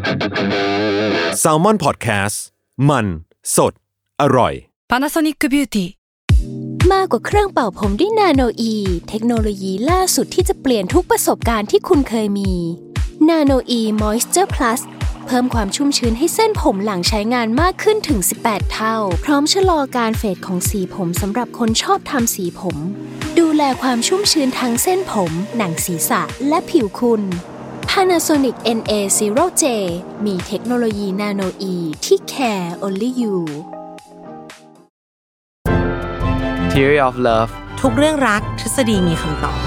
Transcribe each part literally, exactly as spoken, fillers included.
Salmon Podcast มันสดอร่อย Panasonic Beauty มากกว่าเครื่องเป่าผมด้วยนาโนอีเทคโนโลยีล่าสุดที่จะเปลี่ยนทุกประสบการณ์ที่คุณเคยมีนาโนอีมอยส์เจอร์พลัสเพิ่มความชุ่มชื้นให้เส้นผมหลังใช้งานมากขึ้นถึงสิบแปดเท่าพร้อมชะลอการเฟดของสีผมสำหรับคนชอบทำสีผมดูแลความชุ่มชื้นทั้งเส้นผมหนังศีรษะและผิวคุณ Panasonic เอ็น เอ ศูนย์ เจ มีเทคโนโลยีนาโนอีที่ care only you Theory of Love ทุกเรื่องรักทฤษฎีมีคำตอบ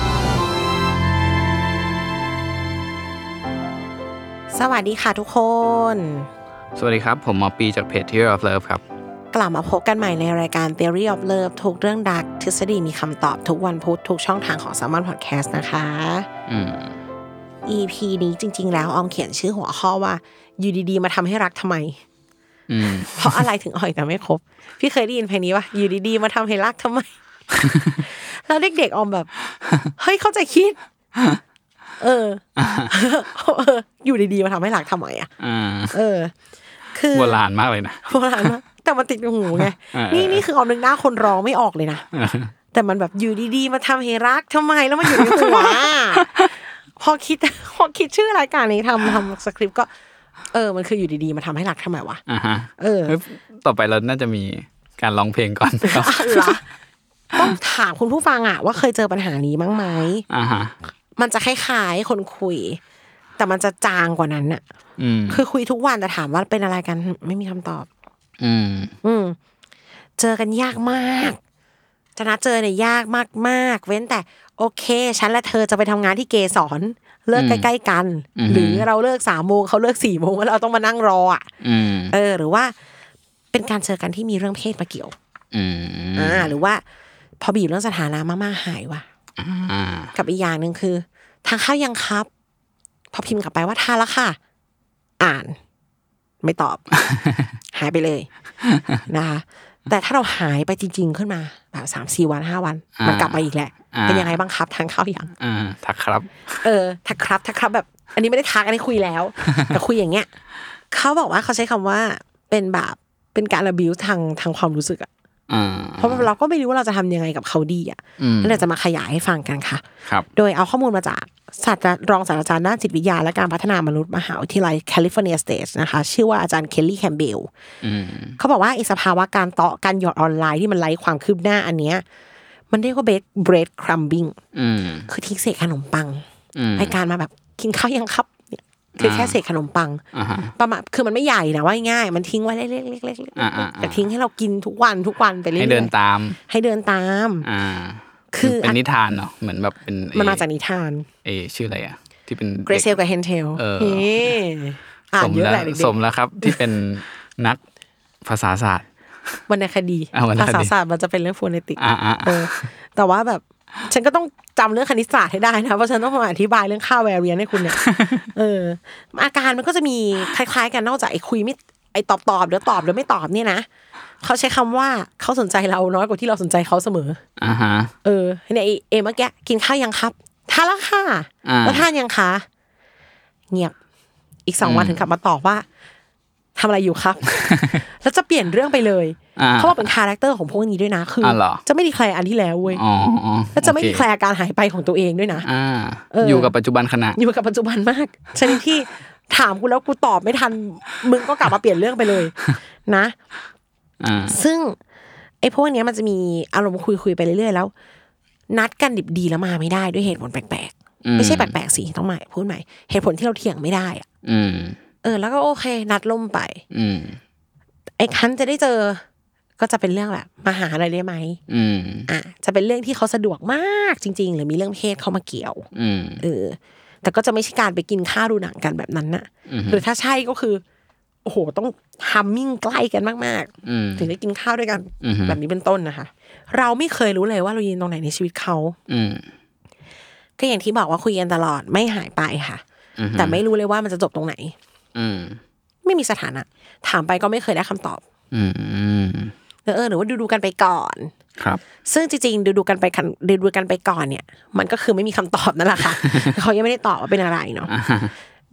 สวัสดีค่ะทุกคนสวัสดีครับผมหมอปีจากเพจ Theory of Love ครับกลับมาพบกันใหม่ในรายการ Theory of Love ทุกเรื่องรักทฤษฎีมีคำตอบทุกวันพุธทุกช่องทางของ Salmon Podcast นะคะอืมอี พี นี้จริงๆแล้วออมเขียนชื่อหัวข้อว่าอยู่ดีๆมาทำให้รักทำไมอืมเพราะอะไรถึงอ่อยแต่ไม่ครบพี่เคยได้ยินเพลงนี้ป่ะอยู่ดีๆมาทำให้รักทำไม แล้วเด็กๆออมแบบเฮ้ยเข้าใจคิดเออเอออยู่ดีๆมาทำให้รักทำไมอ่ะเออคือโบราณมากเลยนะโบราณมากแต่มันติดในหูไงนี่นี่คือออมนึกหน้าคนร้องไม่ออกเลยนะแต่มันแบบอยู่ดีๆมาทำให้รักทำไมแล้วมันอยู่ในหัวพอคิดพอคิดชื่อรายการนี้ทำทำสคริปต์ก็เออมันคืออยู่ดีๆมาทำให้รักทำไมวะอ่าฮะเออต่อไปเราน่าจะมีการร้องเพลงก่อนเหรอต้องถามคุณผู้ฟังอ่ะว่าเคยเจอปัญหานี้มั้งไหมอ่าฮะมันจะคล้ายๆคนคุยแต่มันจะจางกว่านั้นอ่ะคือคุยทุกวันแต่ถามว่าเป็นอะไรกันไม่มีคำตอบอืมอืมเจอกันยากมากจะนัดเจอเนี่ยยากมากๆเว้นแต่โอเคฉันและเธอจะไปทำงานที่เกสรเลิกใกล้ๆกันหรือเราเลิกสามโมงเขาเลิกสี่โมงแล้วเราต้องมานั่งรออ่ะเออหรือว่าเป็นการเจอกันที่มีเรื่องเพศมาเกี่ยวอ่าหรือว่าพอบีบเรื่องสถานะมากๆหายว่ะกับอีกอย่างนึงคือทางข้าวยังครับพอพิมพ์กลับไปว่าทานแล้วค่ะอ่านไม่ตอบ หายไปเลยนะคะแต่ถ้าเราหายไปจริงๆขึ้นมาแบบสามสี่วันห้าวันมันกลับมาอีกแหละเป็นยังไงบ้างครับทานข้าวยังอ่าทักครับเออทักครับทักครับแบบอันนี้ไม่ได้ทักอันนี้คุยแล้วแต่คุยอย่างเงี้ยเขาบอกว่าเขาใช้คำว่าเป็นแบบเป็นการระบิวทางทางความรู้สึกอ่ะเพราะเราก็ไม่รู้ว่าเราจะทำยังไงกับเขาดีอ่ะแล้วเราจะมาขยายให้ฟังกันค่ะโดยเอาข้อมูลมาจากศาสตรารองศาสตราจารย์ด้านจิตวิทยาและการพัฒนามนุษย์มหาวิทยาลัยแคลิฟอร์เนียสเตทนะคะชื่อว่าอาจารย์เคลลี่แคมเบลเขาบอกว่าไอ้สภาวะการเตาะการหยอดออนไลน์ที่มันไร้ความคืบหน้าอันเนี้ยมันเรียกว่าเบรดเบรดครัมบิ้งคือทิ้งเศษขนมปังไอ้การมาแบบกินข้าวยังครับเนี่ยคือแค่เศษขนมปังประมาณคือมันไม่ใหญ่นะว่าง่ายมันทิ้งไว้เล็กๆๆๆแต่ทิ้งให้เรากินทุกวันทุกวันไปเรื่อยๆให้เดินตามให้เดินตามคือเป็นนิทานเนาะเหมือนแบบเป็นมันมาจากนิทานเอชื่ออะไรอ่ะที่เป็นเกรเซลกับเฮนเทลเอออ่านเยอะแหละสมแล้วครับที่เป็นนักภาษาศาสตร์วรรณคดีภาษาศาสตร์มันจะเป็นเรื่องโฟเนติกเออแต่ว่าแบบฉันก็ต้องจำเรื่องคณิตศาสตร์ให้ได้นะเพราะฉันต้องมาอธิบายเรื่องค่าแวเรียนให้คุณเนี่ยเอออาการมันก็จะมีคล้ายๆกันนอกจากไอ้คุยไม่ไอ้ตอบตอบหรือตอบหรือไม่ตอบเนี่ยนะเขาใช้คำว่าเขาสนใจเราน้อยกว่าที่เราสนใจเขาเสมออ่าฮะเออเนี่ยเอเมื่อกี้กินข้าวยังครับทานแล้วค่ะแล้วทานยังคะเงียบอีกสองวันถึงกลับมาตอบว่าทำอะไรอยู่ครับ แล้วจะเปลี่ยนเรื่องไปเลยเขาบอกเป็นคาแรคเตอร์ของพวกนี้ด้วยนะคือจะไม่ดีแคลร์อันที่แล้วเว้ยแล้วจะไม่ดีแคลร์การหายไปของตัวเองด้วยนะอยู่กับปัจจุบันขณะอยู่กับปัจจุบันมากชนิดที่ถามกูแล้วกูตอบไม่ทันมึงก็กลับมาเปลี่ยนเรื่องไปเลยนะซึ่งไอ้พวกนี้มันจะมีอารมณ์คุยๆไปเรื่อยๆแล้วนัดกันดิบดีแล้วมาไม่ได้ด้วยเหตุผลแปลกๆไม่ใช่แปลกๆสิต้องใหม่พูดใหม่เหตุผลที่เราเถียงไม่ได้อ่ะเออแล้วก็โอเคนัดล่มไปไอ้คันจะได้เจอก็จะเป็นเรื่องแบบมาหาอะไรได้ไหมอ่ะจะเป็นเรื่องที่เขาสะดวกมากจริงๆหรือมีเรื่องเพศเข้ามาเกี่ยวเออแต่ก็จะไม่ใช่การไปกินข้าวดูหนังกันแบบนั้นน่ะหรือถ้าใช่ก็คือโอ้โหต้องฮัมมิ่งใกล้กันมากๆถึงได้กินข้าวด้วยกันแบบนี้เป็นต้นนะคะเราไม่เคยรู้เลยว่าเรายืนตรงไหนในชีวิตเขาก็อย่างที่บอกว่าคุยกันตลอดไม่หายไปค่ะแต่ไม่รู้เลยว่ามันจะจบตรงไหนไม่มีสถานะถามไปก็ไม่เคยได้คำตอบเออหรือว่าดูดูกันไปก่อนครับซึ่งจริงๆดูดูกันไปดูดูกันไปก่อนเนี่ยมันก็คือไม่มีคำตอบนั่นแหละค่ะเขายังไม่ได้ตอบว่าเป็นอะไรเนาะ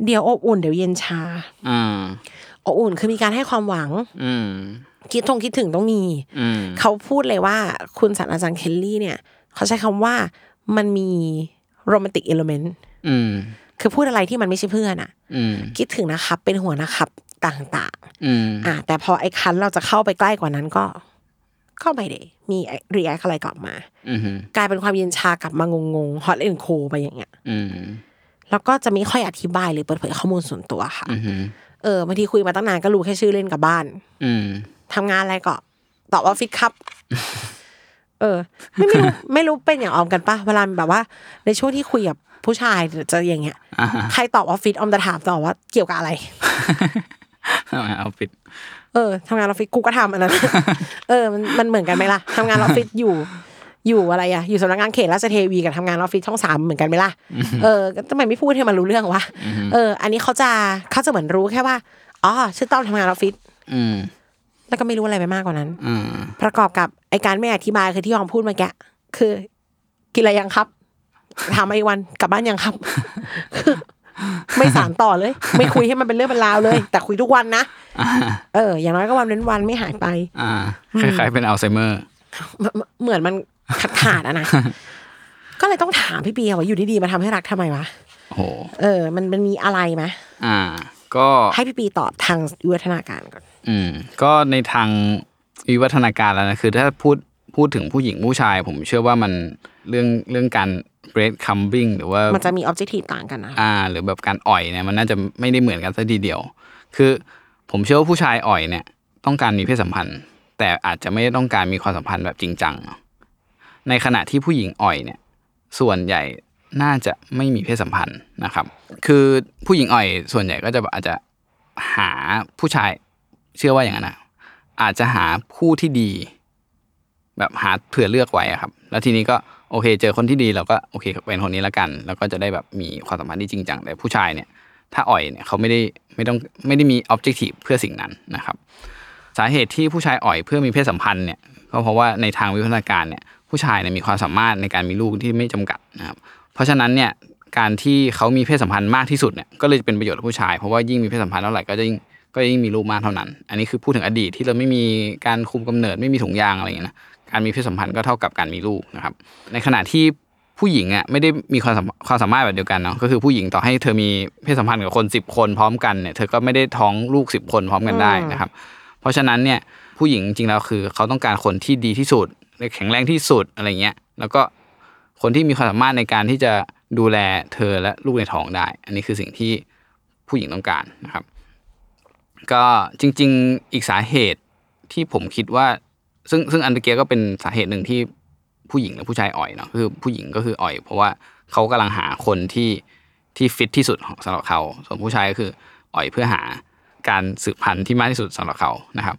เดี๋ยวอบอุ่นเดี๋ยวเย็นชาอ่าอบอุ่นคือมีการให้ความหวังอืมคิดทงคิดถึงต้องมีเขาพูดเลยว่าคุณศาสตราจารย์เคลลี่เนี่ยเขาใช้คำว่ามันมีโรแมนติกเอลิเมนต์คือพูดอะไรที่มันไม่ใช่เพื่อนอ่ะคิดถึงนะครับเป็นหัวนะครับต่างๆอ่าแต่พอไอ้คันเราจะเข้าไปใกล้กว่านั้นก็ก็ไม่ได้มีรีแอคอะไรกลับมากลายเป็นความเย็นชากลับมางงๆฮอตแอนด์โคไปอย่างเงี้ยแล้วก็จะไม่ค่อยอธิบายหรือเปิดเผยข้อมูลส่วนตัวค่ะเออบางทีคุยมาตั้งนานก็รู้แค่ชื่อเล่นกับบ้านทำงานอะไรก็ตอบว่าฟิตครับเออไม่ไม่รู้ไม่รู้เป็นอย่างออมกันปะเวลาแบบว่าในช่วงที่คุยกับผู้ชายจะอย่างเงี้ยใครตอบออฟฟิศออมจะถามตอบว่าเกี่ยวกับอะไรทำงานออฟฟิศเออทำงานออฟฟิศกูก็ทำอันนั้นเออมันมันเหมือนกันไหมล่ะทำงานออฟฟิศอยู่อยู่อะไรอะอยู่สำนักงานเขตราชเทวีกับทำงานออฟฟิศช่องสามเหมือนกันไหมล่ะเออทำไมไม่พูดให้มันรู้เรื่องวะเอออันนี้เขาจะเขาจะเหมือนรู้แค่ว่าอ๋อชื่อต้อมทำงานออฟฟิศแล้วก็ไม่รู้อะไรไปมากกว่านั้นประกอบกับไอการไม่อธิบายคือที่ยอมพูดเมื่อกี้คือกินอะไรยังครับถามมาอีกวันกลับบ้านยังครับไม่สานต่อเลยไม่คุยให้มันเป็นเรื่องเป็นราวเลยแต่คุยทุกวันนะเอออย่างน้อยก็วันเว้นวันไม่หายไปคล้ายๆเป็นอัลไซเมอร์เหมือนมันขาดขาดอะนะก็เลยต้องถามพี่ปีว่าอยู่ดีๆมาทำให้รักทำไมวะโอ้เออมันมันมีอะไรไหมอ่าก็ให้พี่ปีตอบทางวิวัฒนาการก่อนอืมก็ในทางวิวัฒนาการแล้วนะคือถ้าพูดพูดถึงผู้หญิงผู้ชายผมเชื่อว่ามันเรื่องเรื่องการ bread crumbing หรือว่ามันจะมี objective ต่างกันนะอ่าหรือแบบการอ่อยเนี่ยมันน่าจะไม่ได้เหมือนกันซะทีเดียวคือผมเชื่อว่าผู้ชายอ่อยเนี่ยต้องการมีเพศสัมพันธ์แต่อาจจะไม่ได้ต้องการมีความสัมพันธ์แบบจริงจังในขณะที่ผู้หญิงอ่อยเนี่ยส่วนใหญ่น่าจะไม่มีเพศสัมพันธ์นะครับคือผู้หญิงอ่อยส่วนใหญ่ก็จะอาจจะหาผู้ชายเชื่อว่าอย่างนั้นนะอาจจะหาคู่ที่ดีแบบหาเผื่อเลือกไว้ครับแล้วทีนี้ก็โอเคเจอคนที่ดีเราก็โอเคเป็นคนนี้ละกันแล้วก็จะได้แบบมีความสัมพันธ์ที่จริงจังแต่ผู้ชายเนี่ยถ้าอ่อยเนี่ยเขาไม่ได้ไม่ต้องไม่ได้มี objective เพื่อสิ่งนั้นนะครับสาเหตุที่ผู้ชายอ่อยเพื่อมีเพศสัมพันธ์เนี่ยก็เพราะว่าในทางวิวัฒนาการเนี่ยผู้ชายเนี่ยมีความสามารถในการมีลูกที่ไม่จำกัดนะครับเพราะฉะนั้นเนี่ยการที่เขามีเพศสัมพันธ์มากที่สุดเนี่ยก็เลยเป็นประโยชน์กับผู้ชายเพราะว่ายิ่งมีเพศสัมพันธ์เท่าไหร่ก็จะยิ่งก็ยิ่งมีลูกมากเท่านั้นอันนี้คือพูดถึงอดีตที่เราไม่มีการคุมกำเนิดไม่มีถุงยางอะไรอย่างเงี้ยนะการมีเพศสัมพันธ์ก็เท่ากับการมีลูกนะครับในขณะที่ผู้หญิงอ่ะไม่ได้มีความความสามารถแบบเดียวกันเนาะก็คือผู้หญิงต่อให้เธอมีเพศสัมพันธ์กับคนสิบคนพร้อมกันเนี่ยเธอก็ไม่ได้ท้องลูกสิบคนพร้อมกันได้นะครับเพราะฉะนั้นเนี่ยผู้หญิงจริงแล้วคือเขาต้องการคนที่ดีที่สุดและแข็งแรงที่สุดอะไรเงี้ยแล้วก็คนที่มีความสามารถในการที่จะดูแลเธอและลูกในท้องได้อันนี้คือสิ่งที่ผู้หญิงต้องการนะครับก็จริงๆอีกสาเหตุที่ผมคิดว่าซึ่งซึ่งอันเดอร์เกียก็เป็นสาเหตุหนึ่งที่ผู้หญิงและผู้ชายอ่อยเนาะคือผู้หญิงก็คืออ่อยเพราะว่าเขากำลังหาคนที่ที่ฟิตที่สุดสำหรับเขาส่วนผู้ชายก็คืออ่อยเพื่อหาการสืบพันธุ์ที่มากที่สุดสำหรับเขานะครับ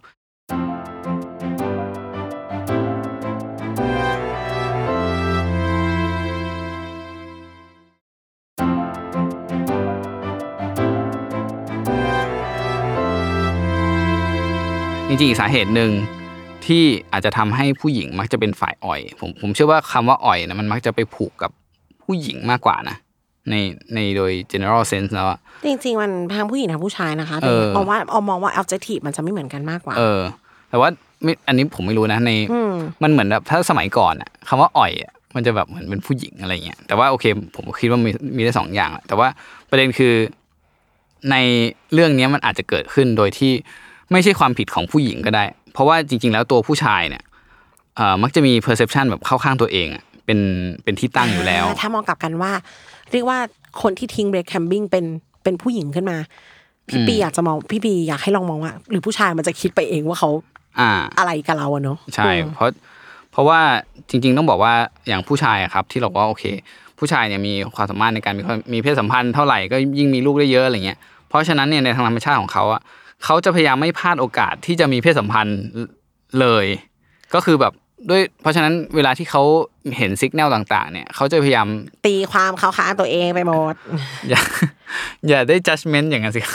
จริงๆอีกสาเหตุหนึ่งที่อาจจะทำให้ผู้หญิงมักจะเป็นฝ่ายอ่อยผมผมเชื่อว่าคำว่าอ่อยนะมันมักจะไปผูกกับผู้หญิงมากกว่านะในในโดย general sense แล้วอะจริงๆมันทั้งผู้หญิงทั้งผู้ชายนะคะแต่ออมว่าออมมองว่า objective มันจะไม่เหมือนกันมากกว่าเออแต่ว่าไม่อันนี้ผมไม่รู้นะในมันเหมือนแบบถ้าสมัยก่อนอะคำว่าอ่อยอะมันจะแบบเหมือนเป็นผู้หญิงอะไรเงี้ยแต่ว่าโอเคผมคิดว่ามีมีได้สองอย่างแต่ว่าประเด็นคือในเรื่องนี้มันอาจจะเกิดขึ้นโดยที่ไม่ใช่ความผิดของผู้หญิงก็ได้เพราะว่าจริงๆแล้วตัวผู้ชายเนี่ยเอ่อมักจะมี perception แบบเข้าข้างตัวเองอ่ะเป็นเป็นที่ตั้งอยู่แล้วถ้ามองกลับกันว่าเรียกว่าคนที่ทิ้ง bread crumbing เป็นเป็นผู้หญิงขึ้นมาพี่ปีอยากจะมองพี่ปีอยากให้ลองมองว่าหรือผู้ชายมันจะคิดไปเองว่าเขาอ่าอะไรกับเราอะเนาะใช่เพราะเพราะว่าจริงๆต้องบอกว่าอย่างผู้ชายอะครับที่เราว่าโอเคผู้ชายเนี่ยมีความสามารถในการมีมีเพศสัมพันธ์เท่าไหร่ก็ยิ่งมีลูกได้เยอะอะไรเงี้ยเพราะฉะนั้นเนี่ยในทางธรรมชาติของเขาอะเขาจะพยายามไม่พลาดโอกาสที่จะมีเพศสัมพันธ์เลยก็คือแบบด้วยเพราะฉะนั้นเวลาที่เขาเห็นสัญญาณต่างๆเนี่ยเขาจะพยายามตีความเข้าข้างตัวเองไปหมดอย่าอย่าได้ judgment อย่างนั้นสิ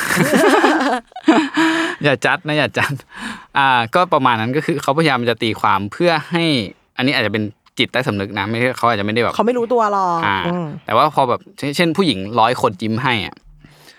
อย่าจัดนะอย่าจัดอ่าก็ประมาณนั้นก็คือเขาพยายามจะตีความเพื่อให้อันนี้อาจจะเป็นจิตใต้สำนึกนะไม่ใช่เขาอาจจะไม่ได้แบบเขาไม่รู้ตัวหรอกแต่ว่าพอแบบเช่นผู้หญิงร้อยคนยิ้มให้อ่ะ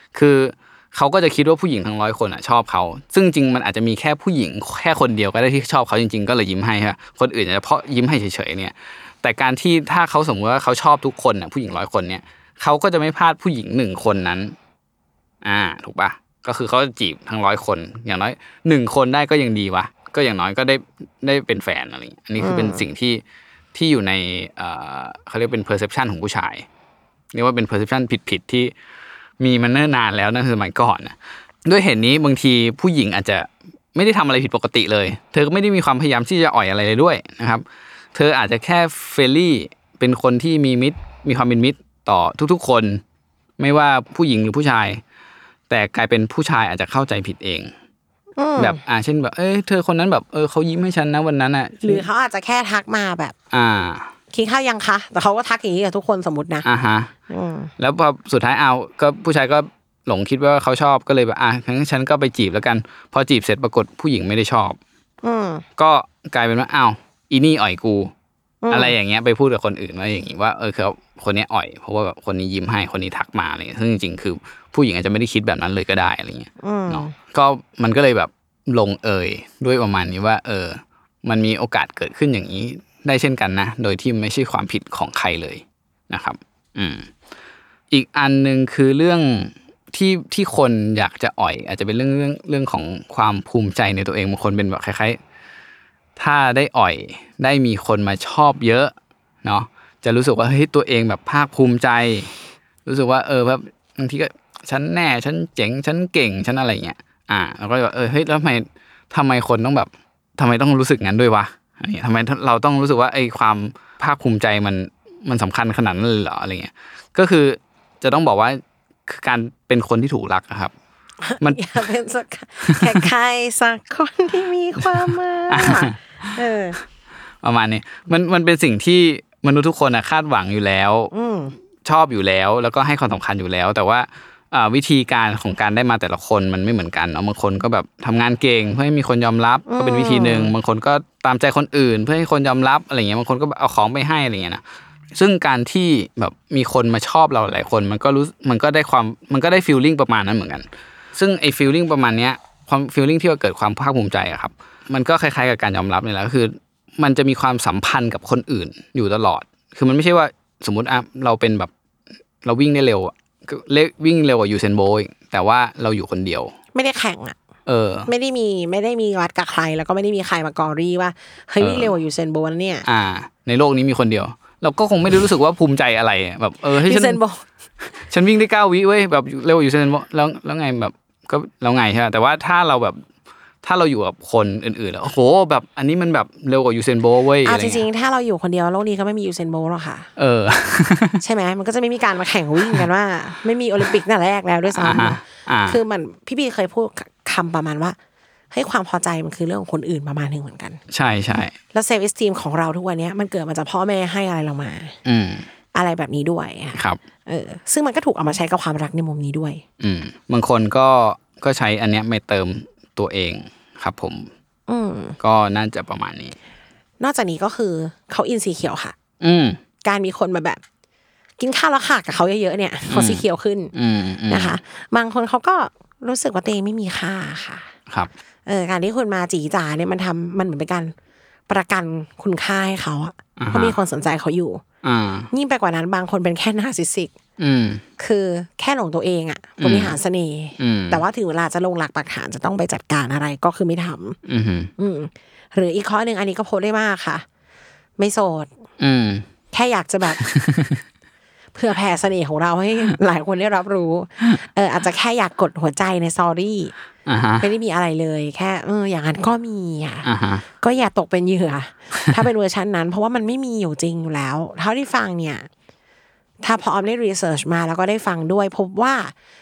คือเขาก็จะคิดว่าผู้หญิงทั้งร้อยคนอ่ะชอบเขาซึ่งจริงมันอาจจะมีแค่ผู้หญิงแค่คนเดียวก็ได้ที่ชอบเขาจริงๆก็เลยยิ้มให้ฮะคนอื่นอาจจะเพราะยิ้มให้เฉยๆเนี่ยแต่การที่ถ้าเขาสมมติว่าเขาชอบทุกคนน่ะผู้หญิงร้อยคนเนี่ยเขาก็จะไม่พลาดผู้หญิงหนึ่งคนนั้นอ่าถูกป่ะก็คือเขาจะจีบทั้งร้อยคนอย่างน้อยหนึ่งคนได้ก็ยังดีวะก็อย่างน้อยก็ได้ได้เป็นแฟนอะไรอย่างนี้อันนี้คือเป็นสิ่งที่ที่อยู่ในเอ่อเขาเรียกเป็น perception ของผู้ชายเรียกว่าเป็น perception ผิดๆที่มีมันเนิ่นนานแล้วนั่นคือสมัยก่อนนะด้วยเหตุนี้บางทีผู้หญิงอาจจะไม่ได้ทำอะไรผิดปกติเลยเธอก็ไม่ได้มีความพยายามที่จะอ่อยอะไรเลยด้วยนะครับเธออาจจะแค่เฟรนลี่เป็นคนที่มีมิตรมีความเป็นมิตรต่อทุกๆคนไม่ว่าผู้หญิงหรือผู้ชายแต่กลายเป็นผู้ชายอาจจะเข้าใจผิดเองแบบอ่าเช่นแบบเอ้ยเธอคนนั้นแบบเออเขายิ้มให้ฉันนะวันนั้นอ่ะหรือเขาอาจจะแค่ทักมาแบบอ่ากินข้าวยังคะแต่เขาก็ทักอย่างนี้กับทุกคนสมมตินะอ่าฮะแล้วพอสุดท้ายเอาก็ผู้ชายก็หลงคิดว่าเขาชอบก็เลยแบบอ่ะงั้นฉันก็ไปจีบแล้วกันพอจีบเสร็จปรากฏผู้หญิงไม่ได้ชอบก็กลายเป็นว่าอ้าวอีนี่อ่อยกูอะไรอย่างเงี้ยไปพูดกับคนอื่นว่าอย่างงี้ว่าเออเขาคนนี้อ่อยเพราะว่าแบบคนนี้ยิ้มให้คนนี้ทักมาอะไรซึ่งจริงๆคือผู้หญิงอาจจะไม่ได้คิดแบบนั้นเลยก็ได้อะไรเงี้ยเนาะก็มันก็เลยแบบลงเอยด้วยประมาณนี้ว่าเออมันมีโอกาสเกิดขึ้นอย่างนี้ได้เช่นกันนะโดยที่ไม่ใช่ความผิดของใครเลยนะครับอืมอีกอันนึงคือเรื่องที่ที่คนอยากจะอ่อยอาจจะเป็นเรื่องเรื่องเรื่องของความภูมิใจในตัวเองบางคนเป็นแบบคล้ายๆถ้าได้อ่อยได้มีคนมาชอบเยอะเนาะจะรู้สึกว่าเฮ้ยตัวเองแบบภาคภูมิใจรู้สึกว่าเออแบบบางทีก็ฉันแน่ฉันเจ๋งฉันเก่งฉันอะไรเงี้ยอ่าแล้วก็แบบเออเฮ้ยแล้วทำไมทำไมคนต้องแบบทำไมต้องรู้สึกงั้นด้วยวะอะไรเงี้ยทำไมเราต้องรู้สึกว่าไอ้ความภาคภูมิใจมันมันสำคัญขนาดนั้นเลยเหรออะไรเงี้ยก็คือจะต้องบอกว่าคือการเป็นคนที่ถูกรักครับมันอยากเป็นสักแค่ใครสักคนที่มีความหมายเออประมาณนี้มันมันเป็นสิ่งที่มนุษย์ทุกคนคาดหวังอยู่แล้วชอบอยู่แล้วแล้วก็ให้ความสำคัญอยู่แล้วแต่ว่าวิธีการของการได้มาแต่ละคนมันไม่เหมือนกันเนาะบางคนก็แบบทำงานเก่งเพื่อให้มีคนยอมรับก็เป็นวิธีนึงบางคนก็ตามใจคนอื่นเพื่อให้คนยอมรับอะไรเงี้ยบางคนก็เอาของไปให้อะไรเงี้ยนะซึ่งการที่แบบมีคนมาชอบเราหลายคนมันก็รู้มันก็ได้ความมันก็ได้ฟีลลิ่งประมาณนั้นเหมือนกันซึ่งไอ้ฟีลลิ่งประมาณเนี้ยความฟีลลิ่งที่ว่าเกิดความภาคภูมิใจอะครับมันก็คล้ายๆกับการยอมรับนี่แหละก็คือมันจะมีความสัมพันธ์กับคนอื่นอยู่ตลอดคือมันไม่ใช่ว่าสมมุติอ่ะเราเป็นแบบเราวิ่งได้เร็ววิ่งเร็วกว่ายูเซนโบล์แต่ว่าเราอยู่คนเดียวไม่ได้แข่งอ่ะเออไม่ได้มีไม่ได้มีวัดกับใครแล้วก็ไม่ได้มีใครมากอรี่ว่าเฮ้ยวิ่งเร็วกว่ายูเซนโบล์เนี่ยอ่าในโลกนี้มีคนเดียวเราก็คงไม่ได้รู้สึกว่าภูมิใจอะไรแบบเออให้ฉันฉันวิ่งได้เก้าวิเว้ยแบบเร็วกว่ายูเซนโบล์แล้วแล้วไงแบบก็แล้วไงใช่ไหมแต่ว่าถ้าเราแบบถ้าเราอยู่กับคนอื่นๆแล้วโอ้โหแบบอันนี้มันแบบเร็วกว่ายูเซนโบล์เว้ยอ่ะจริงๆถ้าเราอยู่คนเดียวโลกนี้ก็ไม่มียูเซนโบล์หรอกค่ะเออใช่ไหมมันก็จะไม่มีการมาแข่งวิ่งกันว่าไม่มีโอลิมปิกตั้งแต่แรกแล้วด้วยซ้ำคือมันพี่บีเคยพูดคำประมาณว่าให้ความพอใจมันคือเรื่องของคนอื่นประมาณนึงเหมือนกันใช่ใช่แล้วเซลฟ์เอสตีมของเราทุกวันนี้มันเกิดมาจากพ่อแม่ให้อะไรเรามาอืมอะไรแบบนี้ด้วยครับเออซึ่งมันก็ถูกเอามาใช้กับความรักในมุมนี้ด้วยอืมบางคนก็ก็ใช้อันเนี้ยมาเติมตัวเองครับผมอืมก็น่าจะประมาณนี้นอกจากนี้ก็คือเขาอินสีเขียวค่ะอืมการมีคนมาแบบกินข้าวแล้วค่ะกับเขาเยอะๆเนี่ยเขาสีเขียวขึ้นนะคะบางคนเขาก็รู้สึกว่าตัวเองไม่มีค่าค่ะครับเออการที่คุณมาจีจ๋าเนี่ยมันทำมันเหมือนเป็นการประกันคุณค่าให้เขาอ่ะเพราะมีคนสนใจเขาอยู่ยิ่งไปกว่านั้นบางคนเป็นแค่นาร์ซิสซิกคือแค่หลงตัวเองอ่ะบริหารเสน่ห์แต่ว่าถึงเวลาจะลงหลักปักฐานจะต้องไปจัดการอะไรก็คือไม่ทำอืมหรืออีกข้อหนึ่งอันนี้ก็โพสได้มากค่ะไม่โสดแค่อยากจะแบบเพื่อแผ่เสน่ห์ของเราให้หลายคนได้รับรู้เอออาจจะแค่อยากกดหัวใจในสตอรี่ไม่ได้มีอะไรเลยแค่เอออย่างนั้นก็มีอ่ะก็อย่าตกเป็นเหยื่อถ้าเป็นเวอร์ชันนั้นเพราะว่ามันไม่มีอยู่จริงอยู่แล้วเท่าที่ฟังเนี่ยถ้าพอออมได้รีเสิร์ชมาแล้วก็ได้ฟังด้วยพบว่า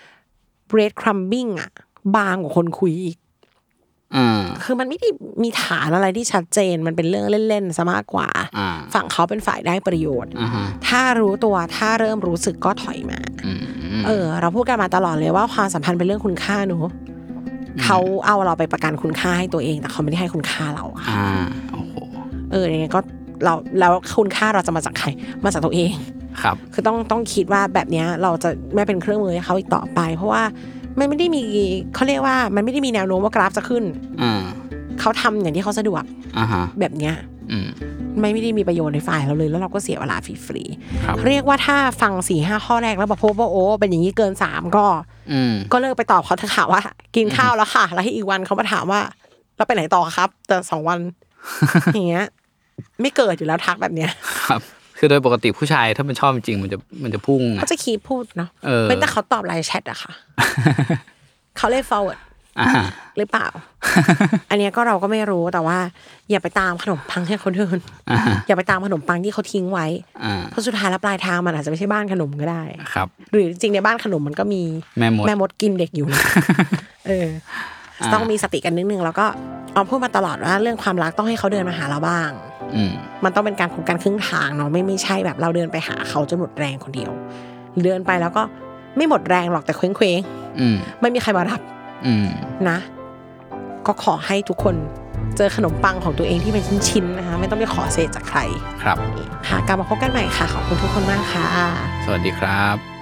bread crumbing อ่ะบางกว่าคนคุยอีกคือมันไม่ได้มีฐานอะไรที่ชัดเจนมันเป็นเรื่องเล่นๆซะมากกว่าฝั่งเขาเป็นฝ่ายได้ประโยชน์ถ้ารู้ตัวถ้าเริ่มรู้สึกก็ถอยมาเออเราพูดกันมาตลอดเลยว่าความสัมพันธ์เป็นเรื่องคุณค่าหนูเขาเอาเราไปประกันคุณค่าให้ตัวเองแต่เขาไม่ได้ให้คุณค่าเราค่ะเออเนี่ยก็เราแล้วคุณค่าเราจะมาจากใครมาจากตัวเองครับคือต้องต้องคิดว่าแบบนี้เราจะไม่เป็นเครื่องมือให้เขาอีกต่อไปเพราะว่ามันไม่ได้มีเขาเรียกว่ามันไม่ได้มีแนวโน้มว่ากราฟจะขึ้นอ่าเขาทำอย่างที่เขาสะดวกอ่าฮะแบบเนี้ยอืมไม่ไม่ได้มีประโยชน์ในฝ่ายเราเลยแล้วเราก็เสียเวลาฟรีๆเรียกว่าถ้าฟัง สี่ห้า ข้อแรกแล้วบอกพบว่าโอ้เป็นอย่างนี้เกินสามก็ก็เลิกไปตอบเขาเถอะค่ะว่ากินข้าวแล้วค่ะแล้วให้อีกวันเขามาถามว่าเราไปไหนต่อครับแต่สองวันอย่างเงี้ยไม่เกิดอยู่แล้วทักแบบเนี้ยครับคือโดยปกติผู้ชายถ้ามันชอบจริงมันจะมันจะพุ่งเขาจะคีบพูดเนาะเป็นแต่เขาตอบไลน์แชทอะค่ะเขาเลย forwardหรือเปล่า อันนี้ก็เราก็ไม่รู้แต่ว่าอย่าไปตามขนมปังที่เขาเดินอย่าไปตามขนมปังที่เขาทิ้งไว้เพราะสุดท้ายแล้วปลายทางมันอาจจะไม่ใช่บ้านขนมก็ได้ครับหรือจริงในบ้านขนมมันก็มีแม่มดแม่มดกินเด็กอยู่เออต้องมีสติกันนิดนึงแล้วก็ออมพูดมาตลอดว่าเรื่องความรักต้องให้เขาเดินมาหาเราบ้างมันต้องเป็นการพบกันครึ่งทางเนาะไม่ไม่ใช่แบบเราเดินไปหาเขาจนหมดแรงคนเดียวเดินไปแล้วก็ไม่หมดแรงหรอกแต่เคว้งเคว้งไม่มีใครมารับนะก็ขอให้ทุกคนเจอขนมปังของตัวเองที่เป็นชิ้นๆนะคะไม่ต้องไปขอเศษจากใครครับค่ะกลับมาพบกันใหม่ค่ะขอบคุณทุกคนมากค่ะสวัสดีครับ